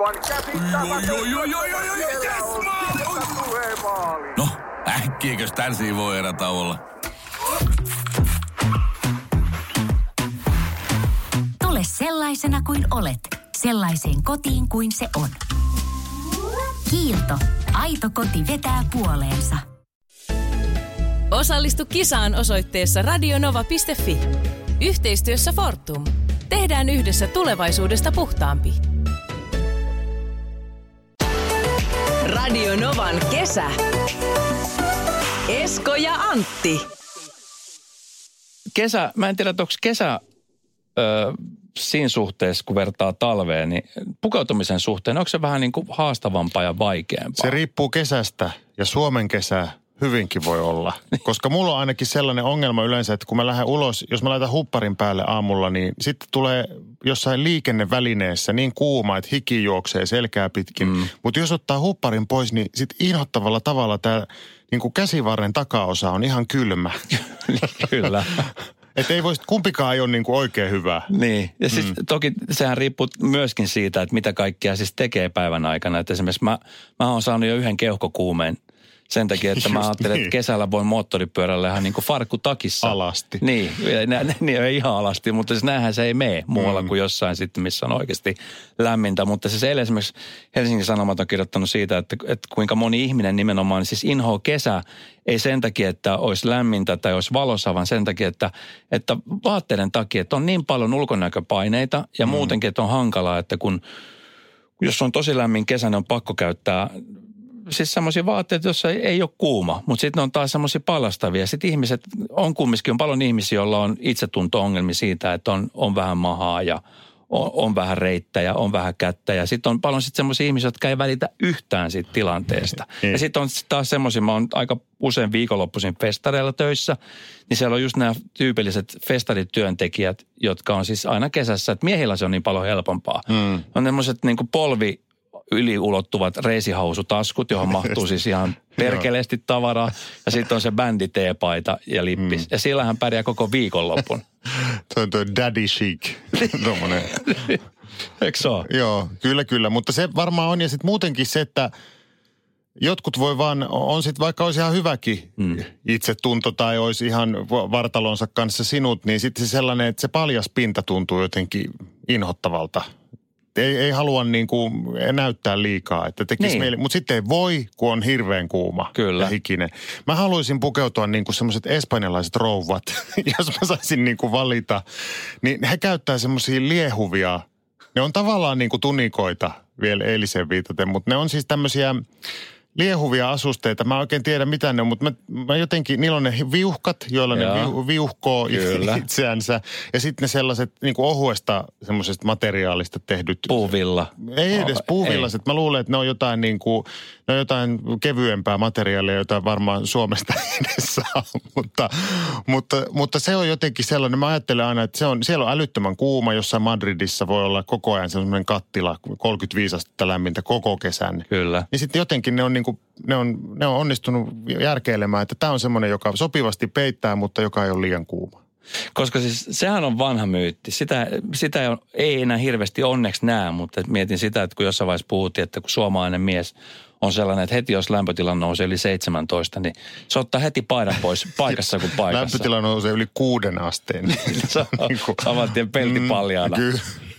Aivan käsittämätöntä. No, äkkiäkös tän voi erätä olla? Tule sellaisena kuin olet, sellaiseen kotiin kuin se on. Kiilto. Aito koti vetää puoleensa. Osallistu kisaan osoitteessa radionova.fi. Yhteistyössä Fortum. Tehdään yhdessä tulevaisuudesta puhtaampi. Radio Novan kesä. Esko ja Antti. Kesä, mä en tiedä, onko kesä siinä suhteessa, kun vertaa talveen, niin pukeutumisen suhteen, onko se vähän niin kuin haastavampaa ja vaikeampaa? Se riippuu kesästä ja Suomen kesä hyvinkin voi olla. Koska mulla on ainakin sellainen ongelma yleensä, että kun mä lähden ulos, jos mä laitan hupparin päälle aamulla, niin sitten tulee jossain liikennevälineessä niin kuuma, että hiki juoksee selkää pitkin. Mutta jos ottaa hupparin pois, niin sitten inhottavalla tavalla tämä niin kuin käsivarren takaosa on ihan kylmä. Kyllä. Että ei voisi, kumpikaan ei ole niin kuin oikein hyvää. Niin, ja siis toki sehän riippuu myöskin siitä, että mitä kaikkea siis tekee päivän aikana. Että esimerkiksi mä oon saanut jo yhden keuhkokuumeen sen takia, että mä ajattelen, että kesällä voi moottoripyörällä ihan niin kuin farkkutakissa. Alasti. Niin, ei ihan alasti, mutta siis näinhän se ei mene muualla kuin jossain sitten, missä on oikeasti lämmintä. Mutta siis eilen esimerkiksi Helsingin Sanomat on kirjoittanut siitä, että kuinka moni ihminen nimenomaan siis inhoaa kesä, ei sen takia, että olisi lämmintä tai olisi valossa, vaan sen takia, että vaatteiden takia, että on niin paljon ulkonäköpaineita ja muutenkin, että on hankalaa, että jos on tosi lämmin kesä, niin on pakko käyttää siis semmoisia vaatteita, joissa ei ole kuuma, mutta sitten on taas semmoisia palastavia. Sitten ihmiset, on paljon ihmisiä, joilla on itsetunto-ongelmia siitä, että on vähän mahaa ja on vähän reittä ja on vähän kättä. Ja sitten on paljon semmoisia ihmisiä, jotka ei välitä yhtään siitä tilanteesta. Ja sitten on taas semmoisia, mä oon aika usein viikonloppuisin festareilla töissä, niin siellä on just nämä tyypilliset festarityöntekijät, jotka on siis aina kesässä, että miehillä se on niin paljon helpompaa. On semmoiset niin kuin yliulottuvat reisihausutaskut, johon mahtuu siis ihan perkeleesti tavaraa. Ja sitten on se bänditeepaita ja lippis. Ja sillähän pärjää koko viikonlopun. Toi daddy chic. Tommoinen. Eikö se ole? Joo, kyllä. Mutta se varmaan on. Ja sitten muutenkin se, että jotkut voi vaan, on sitten vaikka olisi ihan hyväkin itsetunto tai olisi ihan vartalonsa kanssa sinut, niin sitten se sellainen, että se paljas pinta tuntuu jotenkin inhottavalta. Ei halua niin kuin näyttää liikaa, että tekisi meille, mutta sitten ei voi, kun on hirveän kuuma ja hikinen. Mä haluaisin pukeutua niin kuin semmoiset espanjalaiset rouvat, jos mä saisin niin kuin valita. Niin he käyttää semmoisia liehuvia, ne on tavallaan niin kuin tunikoita vielä eiliseen viitaten, mutta ne on siis tämmöisiä liehuvia asusteita. Mä en oikein tiedä mitä ne on, mutta mä jotenkin, niillä on ne viuhkat, joilla ne viuhkoo itseänsä. Ja sitten ne sellaiset niin kuin ohuesta semmoisesta materiaalista tehdyt. Puuvilla. Ei edes puuvillaset. Mä luulen, että ne on jotain niin kuin, ne on jotain kevyempää materiaalia, jota varmaan Suomesta edes saa. Mutta se on jotenkin sellainen, mä ajattelen aina, että siellä on älyttömän kuuma, jossain Madridissa voi olla koko ajan semmoinen kattila, 35 astetta lämmintä koko kesän. Kyllä. Niin sitten jotenkin ne on niin kuin, ne on onnistunut järkeilemään, että tämä on semmoinen, joka sopivasti peittää, mutta joka ei ole liian kuuma. Koska siis sehän on vanha myytti. Sitä ei enää hirveästi onneksi näe, mutta mietin sitä, että kun jossain vaiheessa puhuttiin, että kun suomalainen mise on sellainen, että heti jos lämpötila nousee yli 17, niin se ottaa heti paidan pois paikassa kuin paikassa. Lämpötila nousee yli 6 asteen. Se on saman tien pelti paljaana. Kyllä.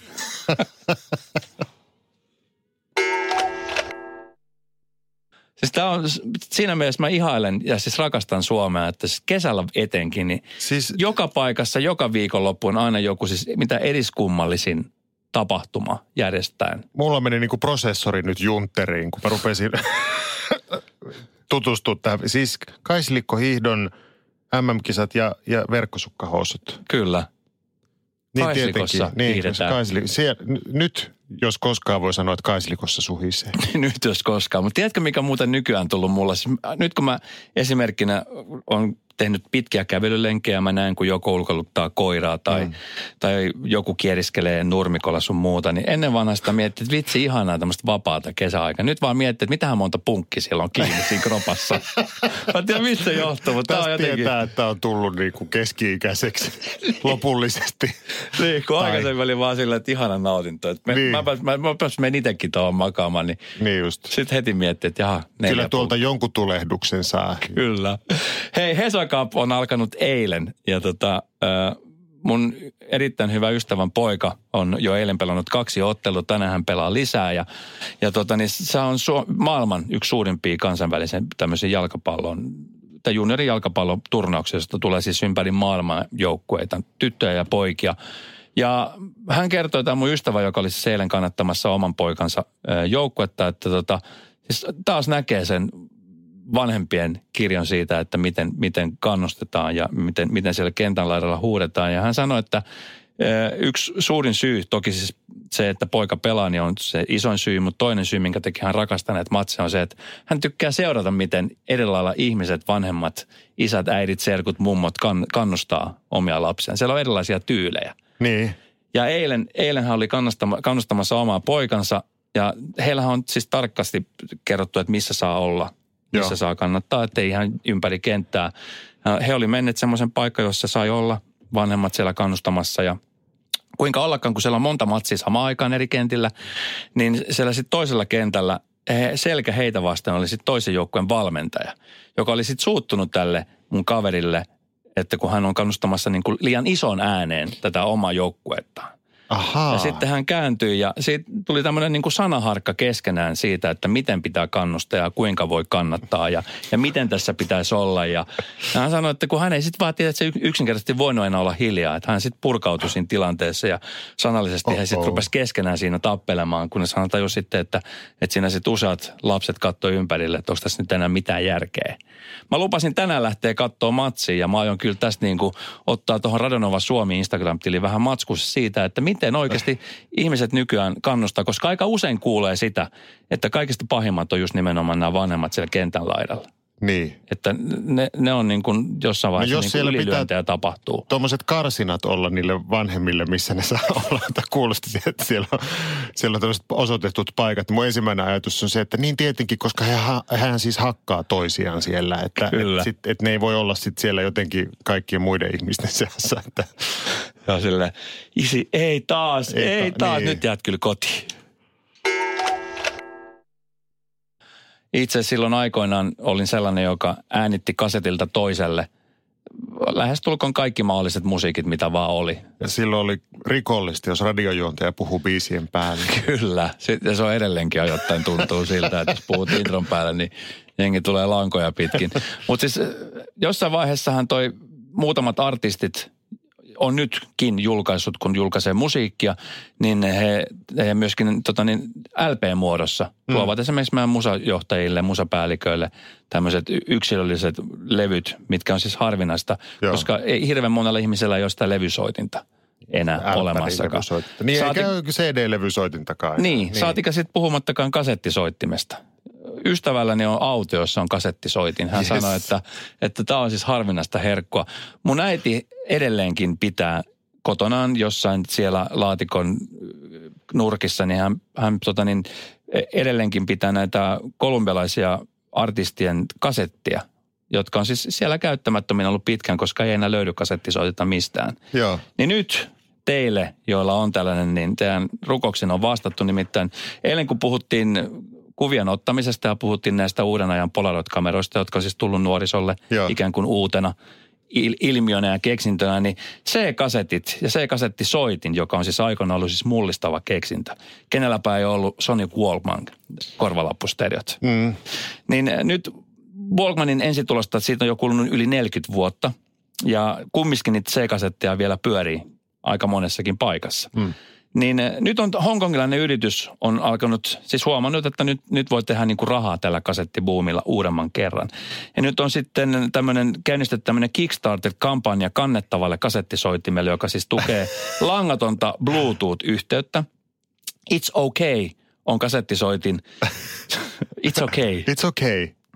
Siis tämä on, siinä mielessä mä ihailen ja siis rakastan Suomea, että siis kesällä etenkin, niin siis joka paikassa, joka viikonloppu on aina joku siis mitä eriskummallisin tapahtuma järjestäen. Mulla meni niin kuin prosessori nyt juntteriin, kun mä rupesin tutustumaan tähän. Siis Kaislikko-hiihdon MM-kisat ja verkkosukkahousut. Kyllä. Niin Kaislikossa hiihdetään. Nyt, jos koskaan voi sanoa, että Kaislikossa suhisee. Nyt jos koskaan. Mutta tiedätkö, mikä muuten nykyään tullut mulle? Nyt kun mä esimerkkinä on tehnyt pitkiä kävelylenkejä, mä näen, kun joku ulkoiluttaa koiraa tai joku kieriskelee nurmikolla sun muuta, niin ennen vanhaa sitä miettii, että vitsi ihanaa tämmöistä vapaata kesäaikaa. Nyt vaan miettii, että mitähän monta punkki siellä on kiinni siinä kropassa. Mä en tiedä, mistä se johtuu, mutta tästä tietää, että on tullut niinku keski-ikäiseksi lopullisesti. Niin, kun aikaisemmin oli vaan sillä, että ihana nautinto. Että mä menen itsekin tuohon makaamaan, niin just. Sitten heti miettii, että jaha, kyllä tuolta jonkun tulehduksen saa. Kyllä. Hei, Hesa Cup on alkanut eilen ja mun erittäin hyvä ystävän poika on jo eilen pelannut 2 ottelua, tänään hän pelaa lisää ja niin se on maailman yksi suurimpia kansainvälisen tämmöisen jalkapallon tai juniorijalkapallon turnauksesta, josta tulee siis ympäri maailman joukkueita, tyttöjä ja poikia. Ja hän kertoi, tämä mun ystävä, joka oli siis eilen kannattamassa oman poikansa joukkuetta, että siis taas näkee sen vanhempien kirjon siitä, että miten kannustetaan ja miten siellä kentän laidalla huudetaan. Ja hän sanoi, että yksi suurin syy, toki siis se, että poika pelaa, niin on se isoin syy, mutta toinen syy, minkä teki hän rakastaa näitä matseja, on se, että hän tykkää seurata, miten eri lailla ihmiset, vanhemmat, isät, äidit, serkut, mummot kannustaa omia lapsiaan. Siellä on erilaisia tyylejä. Niin. Ja eilen hän oli kannustamassa omaa poikansa ja heillähän on siis tarkasti kerrottu, että missä saa olla. Missä saa kannattaa, ettei ihan ympäri kenttää. He oli menneet semmoisen paikkaan, jossa sai olla vanhemmat siellä kannustamassa ja kuinka ollakaan, kun siellä on monta matsia samaan aikaan eri kentillä, niin siellä sitten toisella kentällä selkä heitä vasten oli sitten toisen joukkueen valmentaja, joka oli sitten suuttunut tälle mun kaverille, että kun hän on kannustamassa niin kuin liian ison ääneen tätä omaa joukkuettaan. Ahaa. Ja sitten hän kääntyi ja siitä tuli tämmöinen niin kuin sanaharkka keskenään siitä, että miten pitää kannustaa ja kuinka voi kannattaa ja miten tässä pitäisi olla. Ja hän sanoi, että kun hän ei sitten vaan tiedä, että se yksinkertaisesti voinut enää olla hiljaa, että hän sitten purkautui siinä tilanteessa ja sanallisesti he sitten rupesi keskenään siinä tappelemaan, kun hän tajusi sitten, että siinä sitten useat lapset katsoi ympärille, että onko tässä nyt enää mitään järkeä. Mä lupasin tänään lähteä katsoa matsia ja mä aion kyllä tästä niin kuin ottaa tuohon Radio Nova Suomi Instagram-tiliin vähän matskussa siitä, että miten oikeasti ihmiset nykyään kannustaa, koska aika usein kuulee sitä, että kaikista pahimmat on just nimenomaan nämä vanhemmat siellä kentän laidalla. Niin. Että ne on niin kuin jossain vaiheessa niin kuin ylilyöntejä tapahtuu. Tuommoiset karsinat olla niille vanhemmille, missä ne saa olla. Kuulosti, että siellä on tämmöiset osoitetut paikat. Mun ensimmäinen ajatus on se, että niin tietenkin, koska hän siis hakkaa toisiaan siellä. Että et ne ei voi olla sitten siellä jotenkin kaikkien muiden ihmisten seassa. Että. Ja silleen, isi, ei taas, niin. Nyt jäät kyllä kotiin. Itse silloin aikoinaan olin sellainen, joka äänitti kasetilta toiselle lähestulkoon kaikki mahdolliset musiikit, mitä vaan oli. Ja silloin oli rikollista, jos radiojuontaja puhuu biisien päälle. Kyllä, ja se on edelleenkin ajoittain tuntuu siltä, että jos puhut intron päälle, niin jengi tulee lankoja pitkin. Mutta siis jossain vaiheessahan toi muutamat artistit on nytkin julkaissut, kun julkaisee musiikkia, niin he myöskin LP-muodossa luovat esimerkiksi meidän musajohtajille, musapäälliköille tämmöiset yksilölliset levyt, mitkä on siis harvinaista, koska ei hirveän monella ihmisellä ei ole sitä levysoitinta enää olemassakaan. Niin eikä CD-levysoitintakaan. Niin, saatika sitten puhumattakaan kasettisoittimesta. Ystävälläni on auto, jossa on kasettisoitin. Hän sanoi, että tämä on siis harvinaista herkkua. Mun äiti edelleenkin pitää kotonaan jossain siellä laatikon nurkissa, niin hän edelleenkin pitää näitä kolumbialaisia artistien kasettia, jotka on siis siellä käyttämättöminä ollut pitkään, koska ei enää löydy kasettisoitetta mistään. Joo. Niin nyt teille, joilla on tällainen, niin teidän rukoksen on vastattu. Nimittäin eilen kun puhuttiin kuvien ottamisesta ja puhuttiin näistä uuden ajan Polaroid-kameroista, jotka on siis tullut nuorisolle ikään kuin uutena ilmiönä ja keksintönä, niin C-kasetit ja C-kasettisoitin, joka on siis aikoinaan ollut siis mullistava keksintö. Kenelläpä ei ollut Sony Walkman korvalappustereot. Niin nyt Walkmanin ensitulosta, siitä on jo kulunut yli 40 vuotta ja kumminkin niitä C-kasetteja vielä pyörii aika monessakin paikassa. Niin nyt on hongkongilainen yritys on alkanut, siis huomannut, että nyt voi tehdä niin kuin rahaa tällä kasettibuumilla uudemman kerran. Ja nyt on sitten käynnistetty tämmöinen Kickstarter-kampanja kannettavalle kasettisoittimelle, joka siis tukee langatonta Bluetooth-yhteyttä. It's okay on kasettisoitin. It's okay. It's okay.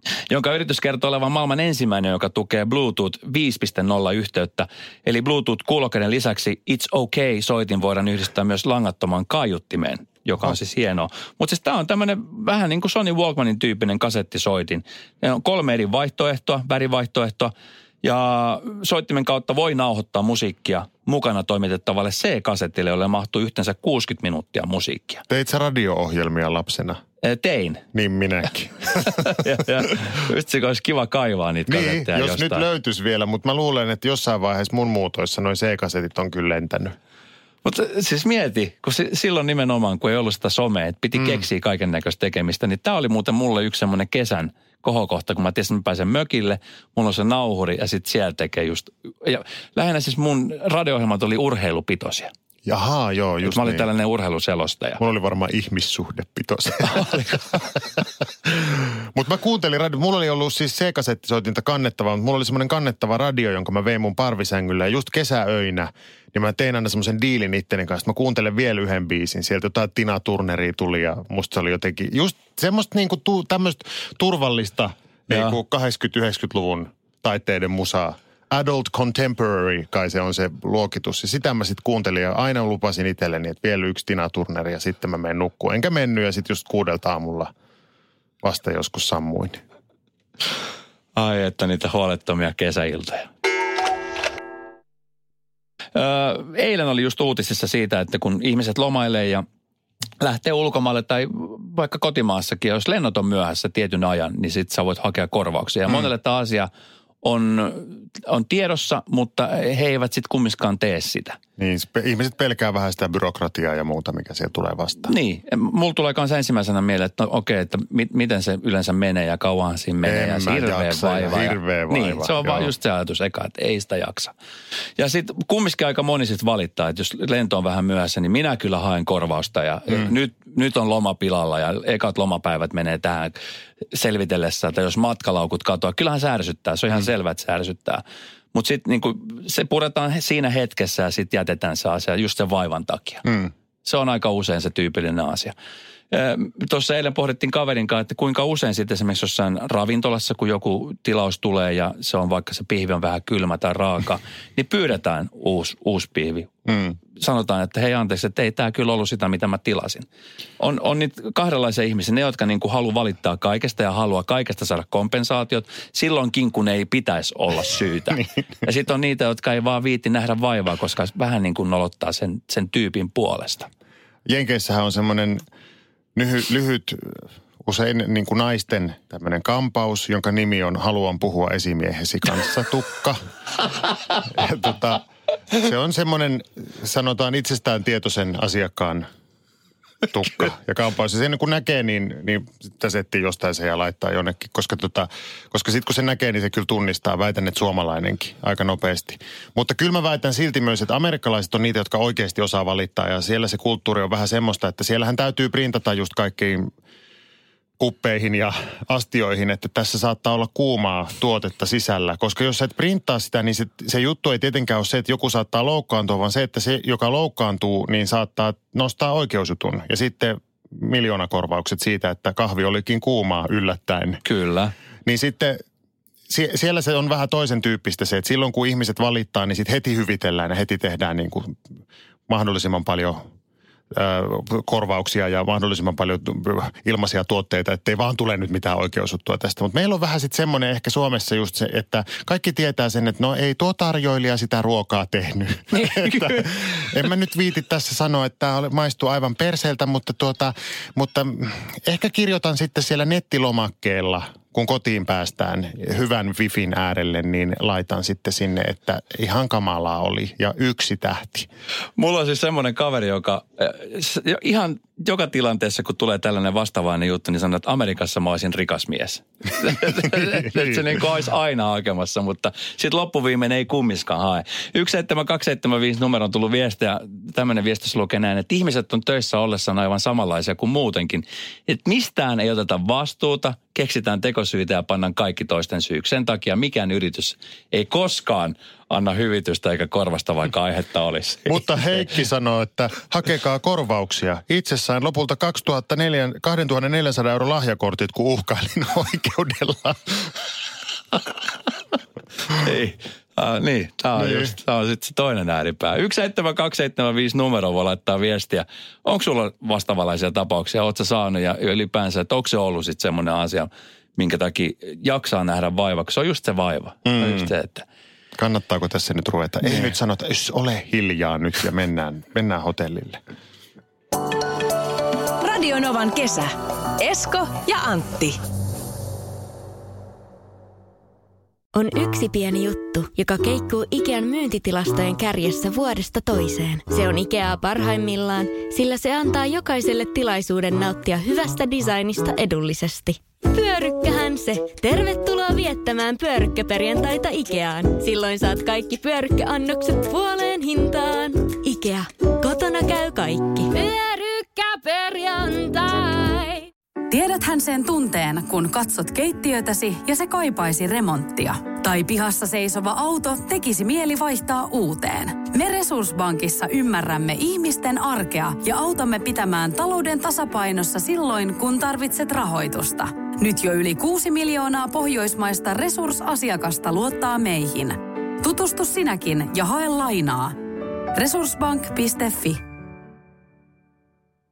jonka yritys kertoo olevan maailman ensimmäinen, joka tukee Bluetooth 5.0 yhteyttä. Eli Bluetooth-kuulokkeiden lisäksi It's Okay -soitin voidaan yhdistää myös langattomaan kaiuttimeen, joka on siis hienoa. Mutta siis tämä on tämmöinen vähän niin kuin Sony Walkmanin tyyppinen kasettisoitin. Ne on 3 eri vaihtoehtoa, värivaihtoehtoa. Ja soittimen kautta voi nauhoittaa musiikkia mukana toimitettavalle C-kasetille, jolle mahtuu yhteensä 60 minuuttia musiikkia. Teit sä radio-ohjelmia lapsena? Tein. Niin minäkin. ja just se olisi kiva kaivaa niitä kasetteja jos jostain. nyt löytyisi vielä, mutta mä luulen, että jossain vaiheessa mun muutoissa noi C-kasetit on kyllä lentänyt. Mutta siis mieti, kun silloin nimenomaan, kun ei ollut sitä somea, että piti keksiä kaiken näköistä tekemistä, niin tämä oli muuten mulle yksi semmoinen kesän kohokohta, kun mä tiesin, että mä pääsen mökille, mulla on se nauhuri ja sitten siellä tekee just, ja lähinnä siis mun radio-ohjelmat oli urheilupitoisia. Jaha, joo, just mä olin niin. tällainen urheiluselostaja. Mulla oli varmaan ihmissuhdepitoisia. Mutta mä kuuntelin radio. Mulla oli ollut siis C-kasettisoitinta kannettavaa, mutta mulla oli semmoinen kannettava radio, jonka mä vein mun parvisängyllä. Ja just kesäöinä, niin mä tein aina semmoisen diilin itteni kanssa. Mä kuuntelen vielä yhden biisin. Sieltä jotain Tina Turneria tuli ja musta se oli jotenkin just semmoista niinku tämmöistä turvallista niinku 80-90-luvun taiteiden musaa. Adult Contemporary, kai se on se luokitus. Ja sitä mä sitten kuuntelin ja aina lupasin itselleni, että vielä yksi Tina Turner ja sitten mä menen nukkuun. Enkä mennyt ja sitten just 6 aamulla vasta joskus sammuin. Ai että niitä huolettomia kesäiltoja. Eilen oli just uutisissa siitä, että kun ihmiset lomailee ja lähtee ulkomaille tai vaikka kotimaassakin, jos lennot on myöhässä tietyn ajan, niin sit sä voit hakea korvauksia. Ja monelle tämä asia on tiedossa, mutta he eivät sitten kumminkaan tee sitä. Niin, ihmiset pelkää vähän sitä byrokratiaa ja muuta, mikä siellä tulee vastaan. Niin, mulla tulee kanssa ensimmäisenä mieleen, että no okei, että miten se yleensä menee ja kauan siinä menee. Ja hirveä vaiva. Niin, se on vaan just se ajatus eka, että ei sitä jaksa. Ja sitten kumminkin aika moni sitten valittaa, että jos lento on vähän myöhässä, niin minä kyllä haen korvausta ja nyt on loma pilalla ja ekat lomapäivät menee tähän selvitellessä, että jos matkalaukut katoaa, kyllähän se ärsyttää, se on ihan selvä, että se ärsyttää. Mutta sitten niinku, se puretaan siinä hetkessä ja sitten jätetään se asia just sen vaivan takia. Se on aika usein se tyypillinen asia. Tuossa eilen pohdittiin kaverin kanssa, että kuinka usein sitten esimerkiksi jossain ravintolassa, kun joku tilaus tulee ja se on vaikka se pihvi on vähän kylmä tai raaka, niin pyydetään uusi pihvi. Sanotaan, että hei anteeksi, että ei tämä kyllä ollut sitä, mitä mä tilasin. On niitä kahdenlaisia ihmisiä, ne jotka niin kuin haluaa valittaa kaikesta ja haluaa kaikesta saada kompensaatiot silloinkin, kun ei pitäisi olla syytä. Ja sitten on niitä, jotka ei vaan viitti nähdä vaivaa, koska vähän niin kuin nolottaa sen tyypin puolesta. Jenkeissähän on semmoinen lyhyt, usein niin kuin naisten tämmöinen kampaus, jonka nimi on Haluan puhua esimiehesi kanssa tukka. Ja se on semmoinen, sanotaan itsestään tietoisen asiakkaan tukka ja kampaus. Ja sen kun näkee, niin sitä settii jostain se ja laittaa jonnekin, koska sitten kun se näkee, niin se kyllä tunnistaa. Väitän, että suomalainenkin aika nopeasti. Mutta kyllä mä väitän silti myös, että amerikkalaiset on niitä, jotka oikeasti osaa valittaa ja siellä se kulttuuri on vähän semmoista, että siellähän täytyy printata just kaikkiin kuppeihin ja astioihin, että tässä saattaa olla kuumaa tuotetta sisällä. Koska jos sä et printtaa sitä, niin se juttu ei tietenkään ole se, että joku saattaa loukkaantua, vaan se, että se, joka loukkaantuu, niin saattaa nostaa oikeusjutun. Ja sitten miljoonakorvaukset siitä, että kahvi olikin kuumaa yllättäen. Kyllä. Niin sitten siellä se on vähän toisen tyyppistä se, että silloin kun ihmiset valittaa, niin sitten heti hyvitellään ja heti tehdään niin kuin mahdollisimman paljon korvauksia ja mahdollisimman paljon ilmaisia tuotteita, ettei vaan tule nyt mitään oikeusjuttua tästä. Mutta meillä on vähän sitten semmoinen ehkä Suomessa just se, että kaikki tietää sen, että no ei tuo tarjoilija sitä ruokaa tehnyt. Että en mä nyt viiti tässä sanoa, että tämä maistuu aivan perseeltä, mutta ehkä kirjoitan sitten siellä nettilomakkeella, kun kotiin päästään hyvän wifin äärelle, niin laitan sitten sinne, että ihan kamalaa oli ja 1 tähti. Mulla on siis semmoinen kaveri, joka ihan joka tilanteessa, kun tulee tällainen vastaavainen juttu, niin sanoo, että Amerikassa mä olisin rikas mies. Että se niin kuin olisi aina hakemassa, mutta sitten loppuviimein ei kummiskaan hae. 17275 numero on tullut viestiä, tämmöinen viesti lukee näin, että ihmiset on töissä ollessaan aivan samanlaisia kuin muutenkin. Että mistään ei oteta vastuuta, keksitään tekosyitä ja pannaan kaikki toisten syyksi. Sen takia mikään yritys ei koskaan anna hyvitystä eikä korvasta, vaikka aihetta olisi. Mutta Heikki sanoo, että hakekaa korvauksia. Itse sain lopulta 2400 € lahjakortit, kun uhkailin oikeudella. Ei. Niin, tämä on sitten se toinen ääripää. 17275 numero voi laittaa viestiä. Onko sulla vastaavanlaisia tapauksia? Oletko sä saanut ja ylipäänsä, että onko se ollut sitten semmoinen asia, minkä takia jaksaa nähdä vaivaa, kun se on just se vaiva. On just se, että kannattaako tässä nyt ruveta? Ei nyt sanota, ole hiljaa nyt ja mennään hotellille. Radio Novan kesä. Esko ja Antti. On yksi pieni juttu, joka keikkuu Ikean myyntitilastojen kärjessä vuodesta toiseen. Se on Ikeaa parhaimmillaan, sillä se antaa jokaiselle tilaisuuden nauttia hyvästä designista edullisesti. Pyörykkähän se! Tervetuloa viettämään pyörykkäperjantaita Ikeaan. Silloin saat kaikki pyörykkäannokset puoleen hintaan. Ikea. Kotona käy kaikki. Pyörykkäperjantai! Tiedäthän sen tunteen, kun katsot keittiötäsi ja se kaipaisi remonttia. Tai pihassa seisova auto tekisi mieli vaihtaa uuteen. Me Resurssbankissa ymmärrämme ihmisten arkea ja autamme pitämään talouden tasapainossa silloin, kun tarvitset rahoitusta. Nyt jo yli 6 miljoonaa pohjoismaista Resurss-asiakasta luottaa meihin. Tutustu sinäkin ja hae lainaa. Resurssbank.fi